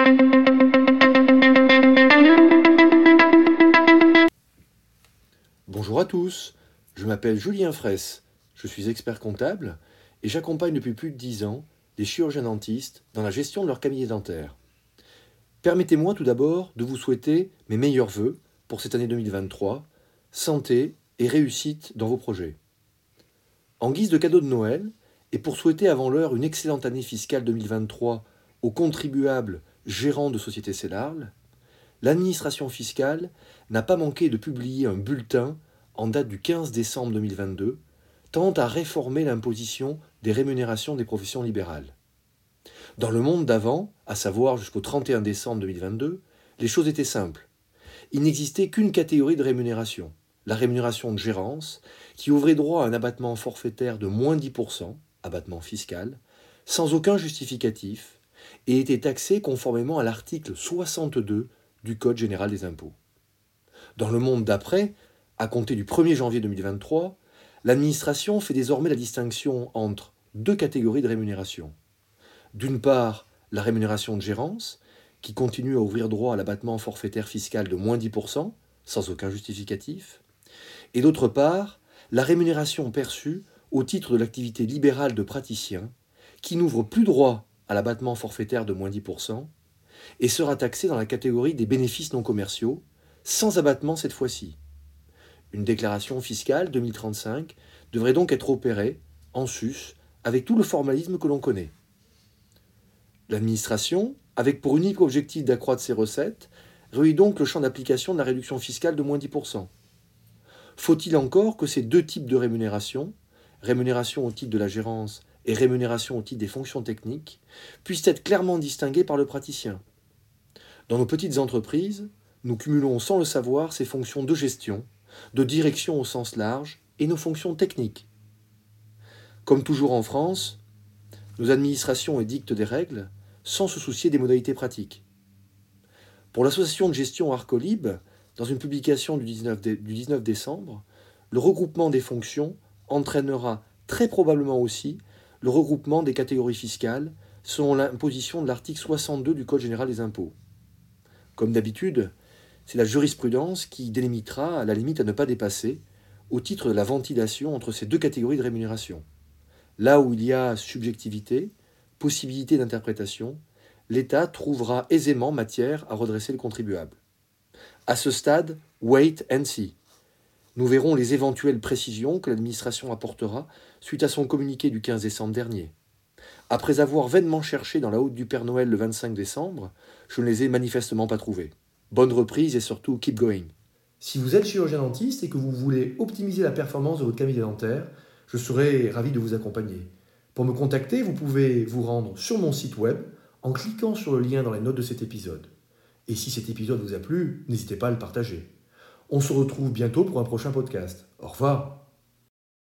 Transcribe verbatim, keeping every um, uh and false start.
Bonjour à tous, je m'appelle Julien Fraisse, je suis expert comptable et j'accompagne depuis plus de dix ans les chirurgiens-dentistes dans la gestion de leur cabinet dentaire. Permettez-moi tout d'abord de vous souhaiter mes meilleurs vœux pour cette année deux mille vingt-trois, santé et réussite dans vos projets. En guise de cadeau de Noël, et pour souhaiter avant l'heure une excellente année fiscale deux mille vingt-trois aux contribuables gérants de sociétés Cellarl, l'administration fiscale n'a pas manqué de publier un bulletin en date du quinze décembre deux mille vingt-deux, tendant à réformer l'imposition des rémunérations des professions libérales. Dans le monde d'avant, à savoir jusqu'au trente et un décembre deux mille vingt-deux, les choses étaient simples. Il n'existait qu'une catégorie de rémunération, la rémunération de gérance, qui ouvrait droit à un abattement forfaitaire de moins dix pour cent, abattement fiscal, sans aucun justificatif, et était taxée conformément à l'article soixante-deux du Code général des impôts. Dans le monde d'après, à compter du premier janvier deux mille vingt-trois, l'administration fait désormais la distinction entre deux catégories de rémunération. D'une part, la rémunération de gérance, qui continue à ouvrir droit à l'abattement forfaitaire fiscal de moins dix pour cent, sans aucun justificatif, et d'autre part, la rémunération perçue au titre de l'activité libérale de praticien, qui n'ouvre plus droit à l'abattement forfaitaire de moins dix pour cent, et sera taxée dans la catégorie des bénéfices non commerciaux, sans abattement cette fois-ci. Une déclaration fiscale deux mille trente-cinq devrait donc être opérée, en sus, avec tout le formalisme que l'on connaît. L'administration, avec pour unique objectif d'accroître ses recettes, réduit donc le champ d'application de la réduction fiscale de moins dix pour cent. Faut-il encore que ces deux types de rémunération, rémunération au titre de la gérance et rémunération au titre des fonctions techniques, puissent être clairement distingués par le praticien? Dans nos petites entreprises, nous cumulons sans le savoir ces fonctions de gestion, de direction au sens large et nos fonctions techniques. Comme toujours en France, nos administrations édictent des règles sans se soucier des modalités pratiques. Pour l'association de gestion Arcolib, dans une publication du dix-neuf décembre, le regroupement des fonctions entraînera très probablement aussi le regroupement des catégories fiscales selon l'imposition de l'article soixante-deux du Code général des impôts. Comme d'habitude, c'est la jurisprudence qui délimitera la limite à ne pas dépasser au titre de la ventilation entre ces deux catégories de rémunération. Là où il y a subjectivité, possibilité d'interprétation, l'État trouvera aisément matière à redresser le contribuable. À ce stade, wait and see. Nous verrons les éventuelles précisions que l'administration apportera suite à son communiqué du quinze décembre dernier. Après avoir vainement cherché dans la hotte du Père Noël le vingt-cinq décembre, je ne les ai manifestement pas trouvés. Bonne reprise et surtout keep going. Si vous êtes chirurgien-dentiste et que vous voulez optimiser la performance de votre cabinet dentaire, je serai ravi de vous accompagner. Pour me contacter, vous pouvez vous rendre sur mon site web en cliquant sur le lien dans les notes de cet épisode. Et si cet épisode vous a plu, n'hésitez pas à le partager. On se retrouve bientôt pour un prochain podcast. Au revoir.